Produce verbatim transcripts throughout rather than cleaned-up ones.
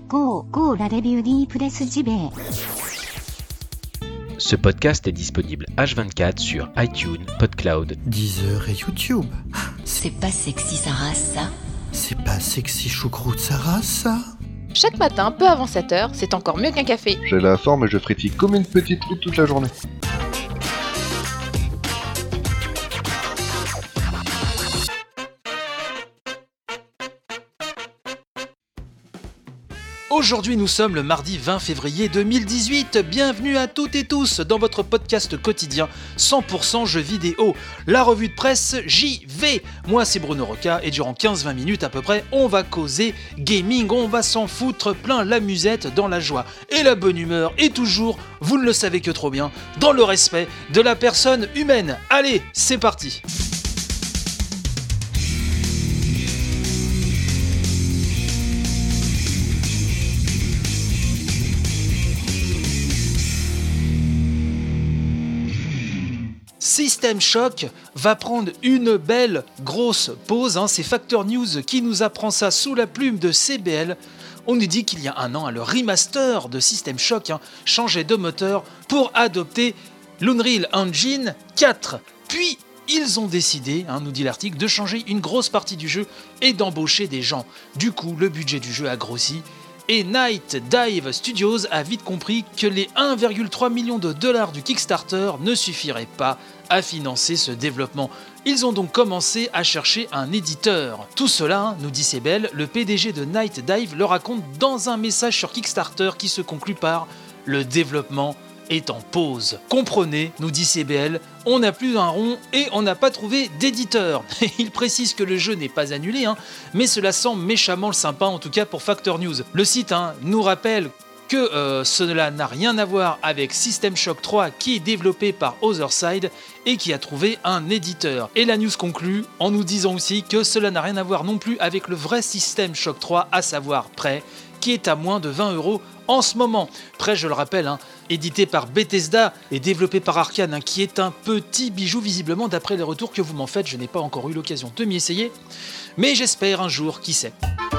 Go, go la review di Presse J B. Ce podcast est disponible H vingt-quatre sur iTunes, PodCloud, Deezer et YouTube. C'est pas sexy sa race, ça. C'est pas sexy choucroute sa race, ça. Chaque matin, peu avant sept heures, c'est encore mieux qu'un café. J'ai la forme et je frétille comme une petite truite toute la journée. Aujourd'hui, nous sommes le mardi vingt février deux mille dix-huit. Bienvenue à toutes et tous dans votre podcast quotidien cent pour cent jeux vidéo, la revue de presse J V. Moi, c'est Bruno Roca et durant quinze à vingt minutes à peu près, on va causer gaming, on va s'en foutre plein la musette dans la joie et la bonne humeur et toujours, vous ne le savez que trop bien, dans le respect de la personne humaine. Allez, c'est parti. System Shock va prendre une belle grosse pause, hein. C'est Factor News qui nous apprend ça sous la plume de C B L. On nous dit qu'il y a un an, hein, le remaster de System Shock hein, changeait de moteur pour adopter l'Unreal Engine quatre. Puis ils ont décidé, hein, nous dit l'article, de changer une grosse partie du jeu et d'embaucher des gens. Du coup, le budget du jeu a grossi. Et Night Dive Studios a vite compris que les un virgule trois million de dollars du Kickstarter ne suffiraient pas à financer ce développement. Ils ont donc commencé à chercher un éditeur. Tout cela, hein, nous dit C B L, le P D G de Night Dive le raconte dans un message sur Kickstarter qui se conclut par « Le développement est en pause ». Comprenez, nous dit C B L, on n'a plus un rond et on n'a pas trouvé d'éditeur. Il précise que le jeu n'est pas annulé, hein, mais cela semble méchamment le sympa, en tout cas pour Factor News. Le site hein, nous rappelle que euh, cela n'a rien à voir avec System Shock trois qui est développé par Otherside et qui a trouvé un éditeur. Et la news conclut en nous disant aussi que cela n'a rien à voir non plus avec le vrai System Shock trois, à savoir Prey, qui est à moins de vingt euros en ce moment. Prey, je le rappelle, hein, édité par Bethesda et développé par Arkane, hein, qui est un petit bijou visiblement d'après les retours que vous m'en faites. Je n'ai pas encore eu l'occasion de m'y essayer, mais j'espère un jour, qui sait.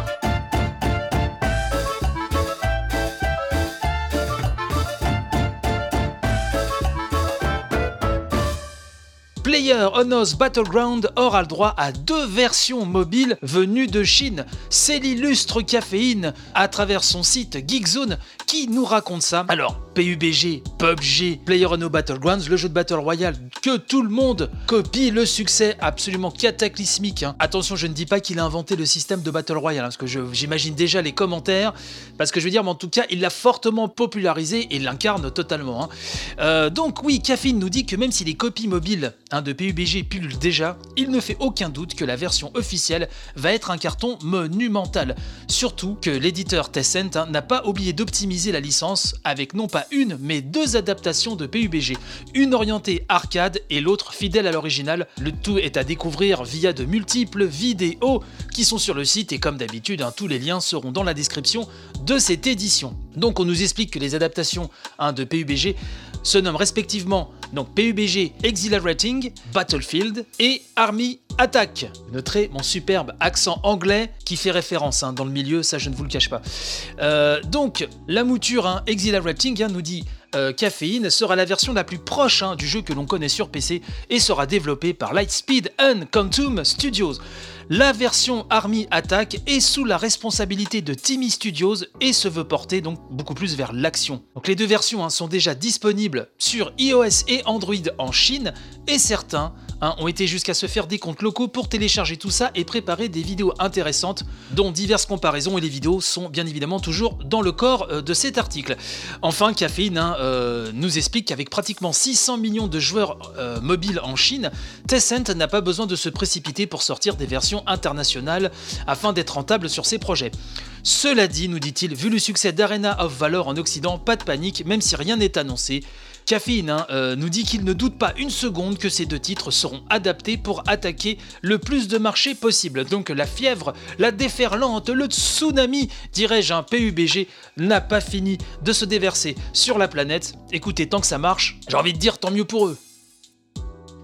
PlayerUnknown's Battleground aura le droit à deux versions mobiles venues de Chine. C'est l'illustre Caféine à travers son site Geekzone qui nous raconte ça. Alors, P U B G, P U B G, PlayerUnknown's Battlegrounds, le jeu de Battle Royale que tout le monde copie, le succès absolument cataclysmique. Hein. Attention, je ne dis pas qu'il a inventé le système de Battle Royale, hein, parce que je, j'imagine déjà les commentaires, parce que je veux dire, mais en tout cas, il l'a fortement popularisé et l'incarne totalement. Hein. Euh, donc oui, Caféine nous dit que même si les copies mobiles hein, de P U B G pullulent déjà, il ne fait aucun doute que la version officielle va être un carton monumental. Surtout que l'éditeur Tencent hein, n'a pas oublié d'optimiser la licence avec non pas une, mais deux adaptations de P U B G. Une orientée arcade et l'autre fidèle à l'original. Le tout est à découvrir via de multiples vidéos qui sont sur le site et comme d'habitude, hein, tous les liens seront dans la description de cette édition. Donc on nous explique que les adaptations hein, de P U B G se nomment respectivement donc P U B G Exhilarating, Battlefield et Army Attack. Noterez mon superbe accent anglais qui fait référence hein, dans le milieu, ça je ne vous le cache pas. Euh, donc la mouture hein, Exhilarating hein, nous dit euh, Caféine sera la version la plus proche hein, du jeu que l'on connaît sur P C et sera développée par Lightspeed and Quantum Studios. La version Army Attack est sous la responsabilité de Timmy Studios et se veut porter donc beaucoup plus vers l'action. Donc les deux versions hein, sont déjà disponibles sur iOS et Android en Chine et certains hein, ont été jusqu'à se faire des comptes locaux pour télécharger tout ça et préparer des vidéos intéressantes dont diverses comparaisons et les vidéos sont bien évidemment toujours dans le corps euh, de cet article. Enfin, Caféine hein, euh, nous explique qu'avec pratiquement six cents millions de joueurs euh, mobiles en Chine, Tencent n'a pas besoin de se précipiter pour sortir des versions internationales afin d'être rentable sur ses projets. Cela dit, nous dit-il, vu le succès d'Arena of Valor en Occident, pas de panique, même si rien n'est annoncé. Caféine hein, euh, nous dit qu'il ne doute pas une seconde que ces deux titres seront adaptés pour attaquer le plus de marchés possible. Donc la fièvre, la déferlante, le tsunami, dirais-je, un P U B G n'a pas fini de se déverser sur la planète. Écoutez, tant que ça marche, j'ai envie de dire tant mieux pour eux.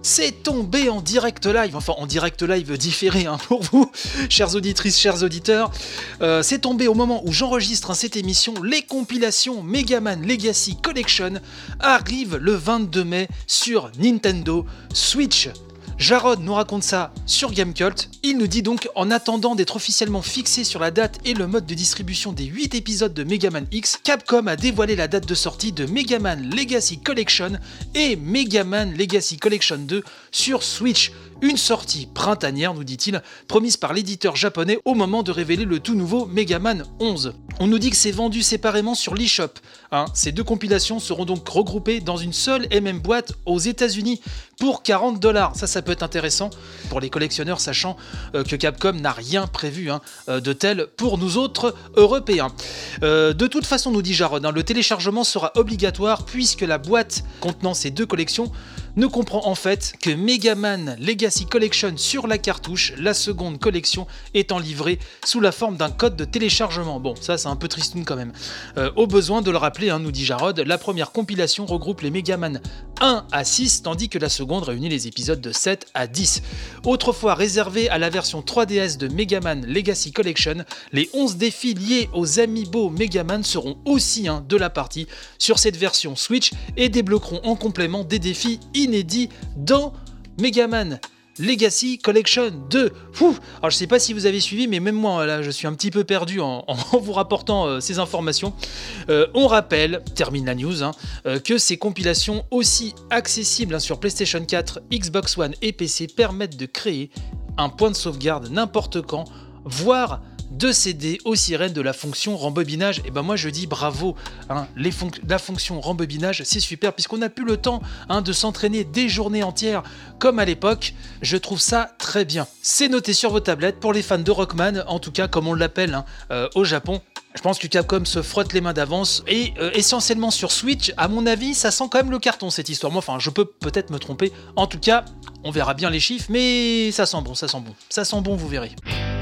c'est tombé en direct live, enfin en direct live différé hein, pour vous, chères auditrices, chers auditeurs. Euh, c'est tombé au moment où j'enregistre hein, cette émission. Les compilations Megaman Legacy Collection arrivent le vingt-deux mai sur Nintendo Switch. Jarod nous raconte ça sur Gamecult. Il nous dit donc, en attendant d'être officiellement fixé sur la date et le mode de distribution des huit épisodes de Megaman X, Capcom a dévoilé la date de sortie de Megaman Legacy Collection et Megaman Legacy Collection deux sur Switch. Une sortie printanière, nous dit-il, promise par l'éditeur japonais au moment de révéler le tout nouveau Megaman onze. On nous dit que c'est vendu séparément sur l'eShop. Hein, ces deux compilations seront donc regroupées dans une seule et même boîte aux États-Unis pour quarante dollars. Ça, ça peut être intéressant pour les collectionneurs, sachant euh, que Capcom n'a rien prévu hein, euh, de tel pour nous autres Européens. Euh, de toute façon, nous dit Jarod, hein, le téléchargement sera obligatoire puisque la boîte contenant ces deux collections ne comprend en fait que Megaman Legacy Collection sur la cartouche, la seconde collection étant livrée sous la forme d'un code de téléchargement. Bon, ça c'est un peu tristoun quand même. Euh, au besoin de le rappeler, hein, nous dit Jarod, la première compilation regroupe les Megaman un à six, tandis que la seconde réunit les épisodes de sept à dix. Autrefois réservé à la version trois D S de Megaman Legacy Collection, les onze défis liés aux Amiibo Megaman seront aussi hein, de la partie sur cette version Switch et débloqueront en complément des défis inédit dans Megaman Legacy Collection deux. Ouh, alors je sais pas si vous avez suivi, mais même moi là je suis un petit peu perdu en, en vous rapportant euh, ces informations. Euh, on rappelle, termine la news, hein, euh, que ces compilations aussi accessibles hein, sur PlayStation quatre, Xbox One et P C permettent de créer un point de sauvegarde n'importe quand, voire de céder aux sirènes de la fonction rembobinage. Et ben moi je dis bravo, hein, les fonc- la fonction rembobinage c'est super puisqu'on n'a plus le temps hein, de s'entraîner des journées entières comme à l'époque. Je trouve ça très bien. C'est noté sur vos tablettes pour les fans de Rockman, en tout cas comme on l'appelle hein, euh, au Japon. Je pense que Capcom se frotte les mains d'avance et euh, essentiellement sur Switch, à mon avis, ça sent quand même le carton cette histoire. Moi, enfin, je peux peut-être me tromper. En tout cas, on verra bien les chiffres, mais ça sent bon, ça sent bon. Ça sent bon, vous verrez.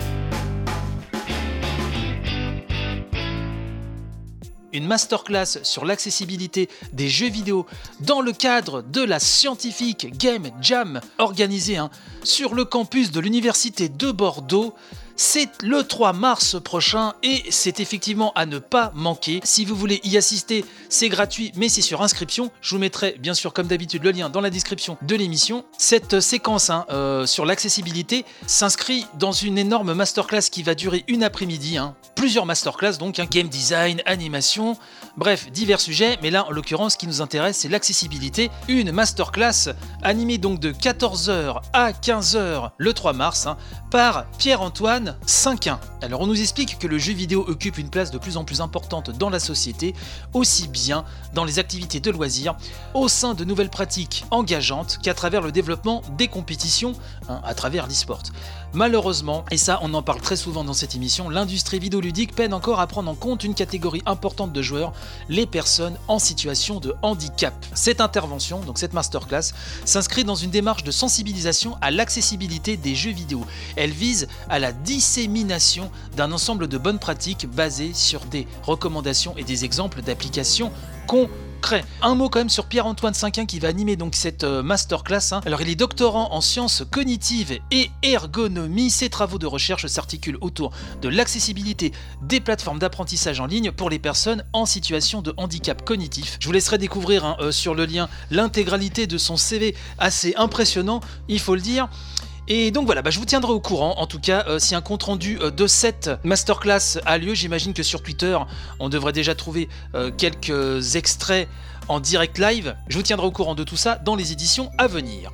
Une masterclass sur l'accessibilité des jeux vidéo dans le cadre de la scientifique Game Jam organisée hein, sur le campus de l'université de Bordeaux. C'est le trois mars prochain et c'est effectivement à ne pas manquer. Si vous voulez y assister, c'est gratuit mais c'est sur inscription. Je vous mettrai bien sûr comme d'habitude le lien dans la description de l'émission. Cette séquence hein, euh, sur l'accessibilité s'inscrit dans une énorme masterclass qui va durer une après-midi. Hein. Plusieurs masterclass donc, hein, game design, animation, bref, divers sujets. Mais là en l'occurrence ce qui nous intéresse c'est l'accessibilité. Une masterclass animée donc de quatorze heures à quinze heures le trois mars hein, par Pierre-Antoine Cinquin. Alors on nous explique que le jeu vidéo occupe une place de plus en plus importante dans la société, aussi bien dans les activités de loisirs, au sein de nouvelles pratiques engageantes qu'à travers le développement des compétitions, hein, à travers l'e-sport. Malheureusement, et ça on en parle très souvent dans cette émission, l'industrie vidéoludique peine encore à prendre en compte une catégorie importante de joueurs, les personnes en situation de handicap. Cette intervention, donc cette masterclass, s'inscrit dans une démarche de sensibilisation à l'accessibilité des jeux vidéo. Elle vise à la dissémination d'un ensemble de bonnes pratiques basées sur des recommandations et des exemples d'applications concrets. Un mot quand même sur Pierre-Antoine Cinquin qui va animer donc cette euh, masterclass. Hein. Alors il est doctorant en sciences cognitives et ergonomie. Ses travaux de recherche s'articulent autour de l'accessibilité des plateformes d'apprentissage en ligne pour les personnes en situation de handicap cognitif. Je vous laisserai découvrir hein, euh, sur le lien l'intégralité de son C V assez impressionnant, il faut le dire. Et donc voilà, bah je vous tiendrai au courant, en tout cas, euh, si un compte-rendu euh, de cette masterclass a lieu. J'imagine que sur Twitter, on devrait déjà trouver euh, quelques extraits en direct live. Je vous tiendrai au courant de tout ça dans les éditions à venir.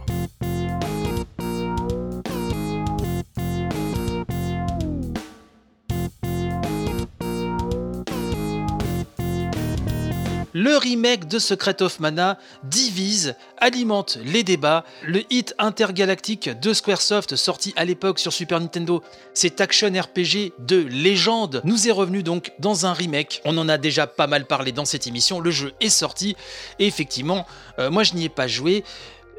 Le remake de Secret of Mana divise, alimente les débats. Le hit intergalactique de Squaresoft, sorti à l'époque sur Super Nintendo, cet action R P G de légende, nous est revenu donc dans un remake. On en a déjà pas mal parlé dans cette émission, le jeu est sorti, et effectivement, euh, moi je n'y ai pas joué.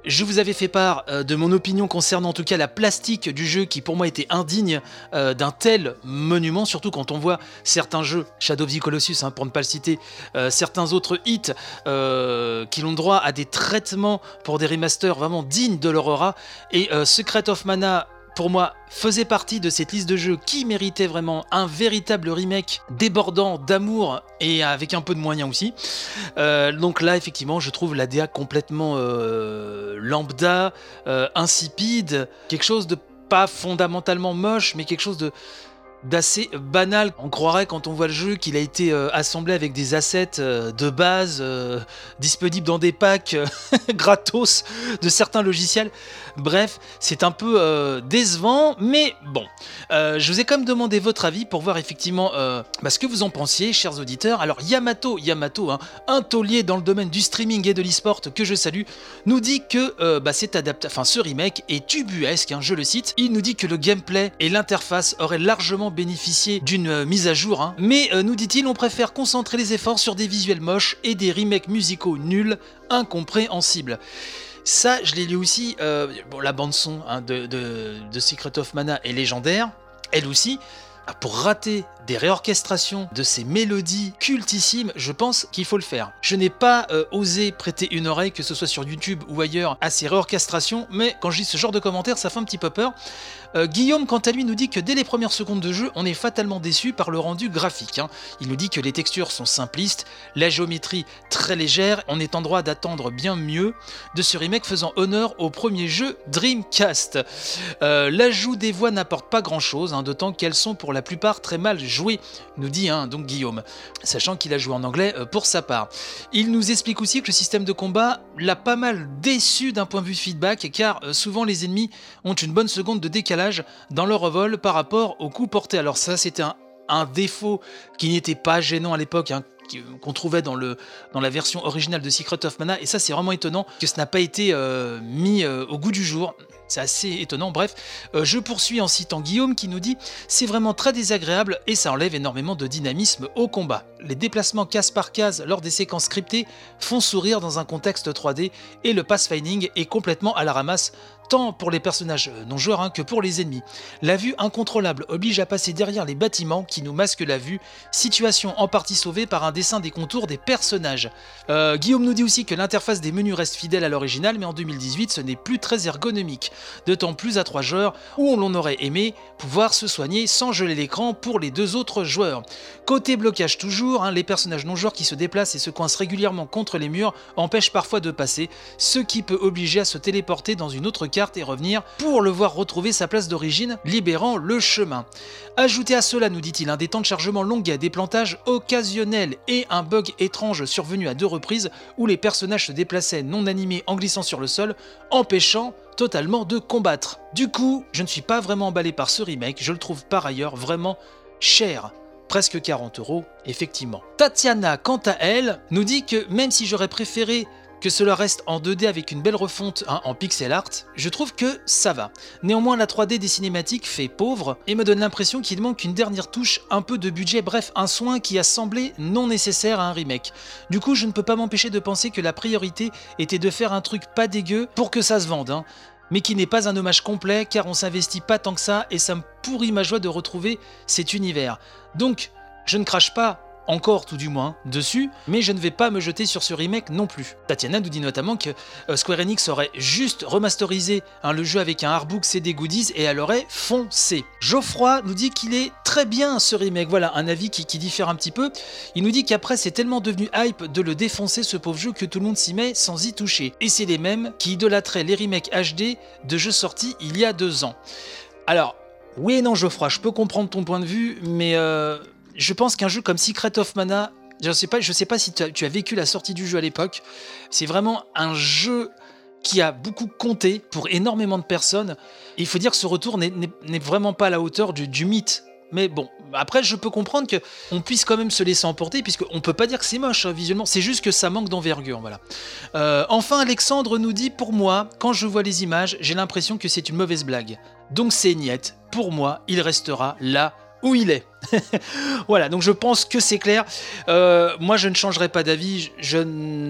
Je vous avais fait part euh, de mon opinion concernant en tout cas la plastique du jeu qui pour moi était indigne euh, d'un tel monument, surtout quand on voit certains jeux, Shadow of the Colossus hein, pour ne pas le citer, euh, certains autres hits euh, qui l'ont droit à des traitements pour des remasters vraiment dignes de leur aura, et euh, Secret of Mana pour moi, faisait partie de cette liste de jeux qui méritait vraiment un véritable remake débordant d'amour et avec un peu de moyens aussi. Euh, donc là, effectivement, je trouve la D A complètement euh, lambda, euh, insipide, quelque chose de pas fondamentalement moche, mais quelque chose de d'assez banal. On croirait quand on voit le jeu qu'il a été euh, assemblé avec des assets euh, de base euh, disponibles dans des packs euh, gratos de certains logiciels. Bref, c'est un peu euh, décevant, mais bon. Euh, je vous ai quand même demandé votre avis pour voir effectivement euh, bah, ce que vous en pensiez, chers auditeurs. Alors Yamato, Yamato, hein, un taulier dans le domaine du streaming et de l'e-sport que je salue, nous dit que euh, bah, cette adapta- enfin, ce remake est ubuesque, hein, je le cite. Il nous dit que le gameplay et l'interface auraient largement bénéficié d'une euh, mise à jour, hein. mais euh, nous dit-il, on préfère concentrer les efforts sur des visuels moches et des remakes musicaux nuls, incompréhensibles. Ça, je l'ai lu aussi, euh, bon, la bande-son hein, de, de, de Secret of Mana est légendaire, elle aussi. Pour rater des réorchestrations de ces mélodies cultissimes, je pense qu'il faut le faire. Je n'ai pas euh, osé prêter une oreille, que ce soit sur YouTube ou ailleurs, à ces réorchestrations, mais quand je lis ce genre de commentaires, ça fait un petit peu peur. Euh, Guillaume, quant à lui, nous dit que dès les premières secondes de jeu, on est fatalement déçu par le rendu graphique. Hein. Il nous dit que les textures sont simplistes, la géométrie très légère, on est en droit d'attendre bien mieux de ce remake faisant honneur au premier jeu Dreamcast. Euh, l'ajout des voix n'apporte pas grand-chose, hein, d'autant qu'elles sont pour la plupart très mal jouées, nous dit hein, donc Guillaume, sachant qu'il a joué en anglais euh, pour sa part. Il nous explique aussi que le système de combat l'a pas mal déçu d'un point de vue feedback, car euh, souvent les ennemis ont une bonne seconde de décalage dans leur revol par rapport au coup porté. Alors ça, c'était un, un défaut qui n'était pas gênant à l'époque, hein, qu'on trouvait dans, le, dans la version originale de Secret of Mana, et ça c'est vraiment étonnant que ce n'a pas été euh, mis euh, au goût du jour. C'est assez étonnant. Bref, euh, je poursuis en citant Guillaume qui nous dit « C'est vraiment très désagréable et ça enlève énormément de dynamisme au combat. Les déplacements case par case lors des séquences scriptées font sourire dans un contexte trois D et le pathfinding est complètement à la ramasse, tant pour les personnages non joueurs hein, que pour les ennemis. La vue incontrôlable oblige à passer derrière les bâtiments qui nous masquent la vue, situation en partie sauvée par un dessin des contours des personnages. Euh, Guillaume nous dit aussi que l'interface des menus reste fidèle à l'original, mais en deux mille dix-huit ce n'est plus très ergonomique, d'autant plus à trois joueurs où l'on aurait aimé pouvoir se soigner sans geler l'écran pour les deux autres joueurs. Côté blocage toujours, hein, les personnages non joueurs qui se déplacent et se coincent régulièrement contre les murs empêchent parfois de passer, ce qui peut obliger à se téléporter dans une autre carte et revenir pour le voir retrouver sa place d'origine, libérant le chemin. Ajoutez à cela, nous dit-il, un des temps de chargement longs à des plantages occasionnels et un bug étrange survenu à deux reprises où les personnages se déplaçaient non animés en glissant sur le sol, empêchant totalement de combattre. Du coup, je ne suis pas vraiment emballé par ce remake, je le trouve par ailleurs vraiment cher. Presque quarante euros, effectivement. Tatiana, quant à elle, nous dit que même si j'aurais préféré que cela reste en deux D avec une belle refonte hein, en pixel art, je trouve que ça va. Néanmoins, la trois D des cinématiques fait pauvre et me donne l'impression qu'il manque une dernière touche, un peu de budget, bref, un soin qui a semblé non nécessaire à un remake. Du coup, je ne peux pas m'empêcher de penser que la priorité était de faire un truc pas dégueu pour que ça se vende, hein, mais qui n'est pas un hommage complet car on s'investit pas tant que ça et ça me pourrit ma joie de retrouver cet univers. Donc, je ne crache pas, encore tout du moins, dessus, mais je ne vais pas me jeter sur ce remake non plus. Tatiana nous dit notamment que euh, Square Enix aurait juste remasterisé hein, le jeu avec un artbook C D goodies et elle aurait foncé. Geoffroy nous dit qu'il est très bien ce remake, voilà un avis qui, qui diffère un petit peu. Il nous dit qu'après c'est tellement devenu hype de le défoncer ce pauvre jeu que tout le monde s'y met sans y toucher. Et c'est les mêmes qui idolâtraient les remakes H D de jeux sortis il y a deux ans. Alors, oui et non Geoffroy, je peux comprendre ton point de vue, mais... Euh Je pense qu'un jeu comme Secret of Mana, je ne sais pas, je sais pas si tu as, tu as vécu la sortie du jeu à l'époque, c'est vraiment un jeu qui a beaucoup compté pour énormément de personnes. Et il faut dire que ce retour n'est, n'est, n'est vraiment pas à la hauteur du, du mythe. Mais bon, après je peux comprendre qu'on puisse quand même se laisser emporter, puisqu'on peut pas dire que c'est moche hein, visuellement, c'est juste que ça manque d'envergure. Voilà. Euh, enfin, Alexandre nous dit, pour moi, quand je vois les images, j'ai l'impression que c'est une mauvaise blague. Donc c'est niette, pour moi, il restera là où il est. Voilà, donc je pense que c'est clair. Euh, moi, je ne changerai pas d'avis. Je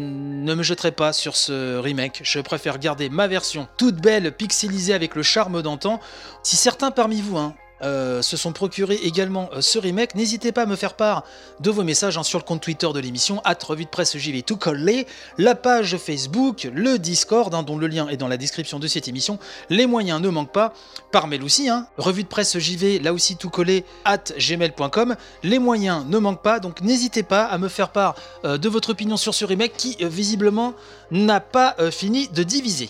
ne me jeterai pas sur ce remake, je préfère garder ma version toute belle, pixelisée avec le charme d'antan. Si certains parmi vous, hein, Euh, se sont procurés également euh, ce remake, n'hésitez pas à me faire part de vos messages hein, sur le compte Twitter de l'émission, at revue de presse J V tout collé, la page Facebook, le Discord, hein, dont le lien est dans la description de cette émission. Les moyens ne manquent pas, par mail aussi, hein, revue de presse J V, là aussi tout collé, at gmail point com. Les moyens ne manquent pas, donc n'hésitez pas à me faire part euh, de votre opinion sur ce remake qui, euh, visiblement, n'a pas euh, fini de diviser.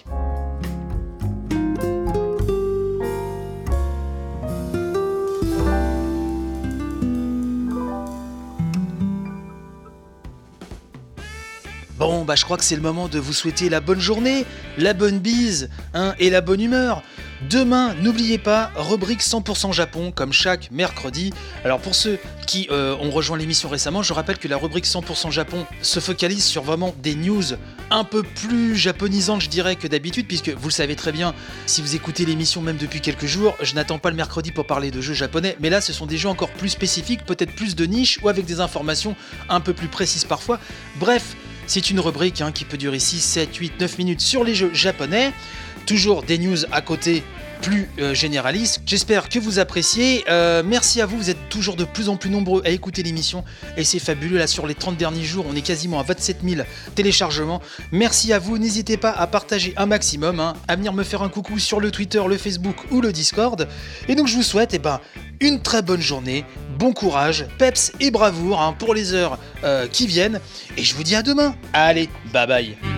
Bon, bah je crois que c'est le moment de vous souhaiter la bonne journée, la bonne bise, hein, et la bonne humeur. Demain, n'oubliez pas, rubrique cent pour cent Japon, comme chaque mercredi. Alors pour ceux qui euh, ont rejoint l'émission récemment, je rappelle que la rubrique cent pour cent Japon se focalise sur vraiment des news un peu plus japonisantes, je dirais, que d'habitude, puisque vous le savez très bien, si vous écoutez l'émission même depuis quelques jours, je n'attends pas le mercredi pour parler de jeux japonais, mais là ce sont des jeux encore plus spécifiques, peut-être plus de niche, ou avec des informations un peu plus précises parfois. Bref, c'est une rubrique hein, qui peut durer six, sept, huit, neuf minutes sur les jeux japonais. Toujours des news à côté plus euh, généralistes. J'espère que vous appréciez. Euh, merci à vous, vous êtes toujours de plus en plus nombreux à écouter l'émission et c'est fabuleux. Là, sur les trente derniers jours, on est quasiment à vingt-sept mille téléchargements. Merci à vous. N'hésitez pas à partager un maximum, hein, à venir me faire un coucou sur le Twitter, le Facebook ou le Discord. Et donc, je vous souhaite eh ben, une très bonne journée, bon courage, peps et bravoure hein, pour les heures euh, qui viennent. Et je vous dis à demain. Allez, bye bye.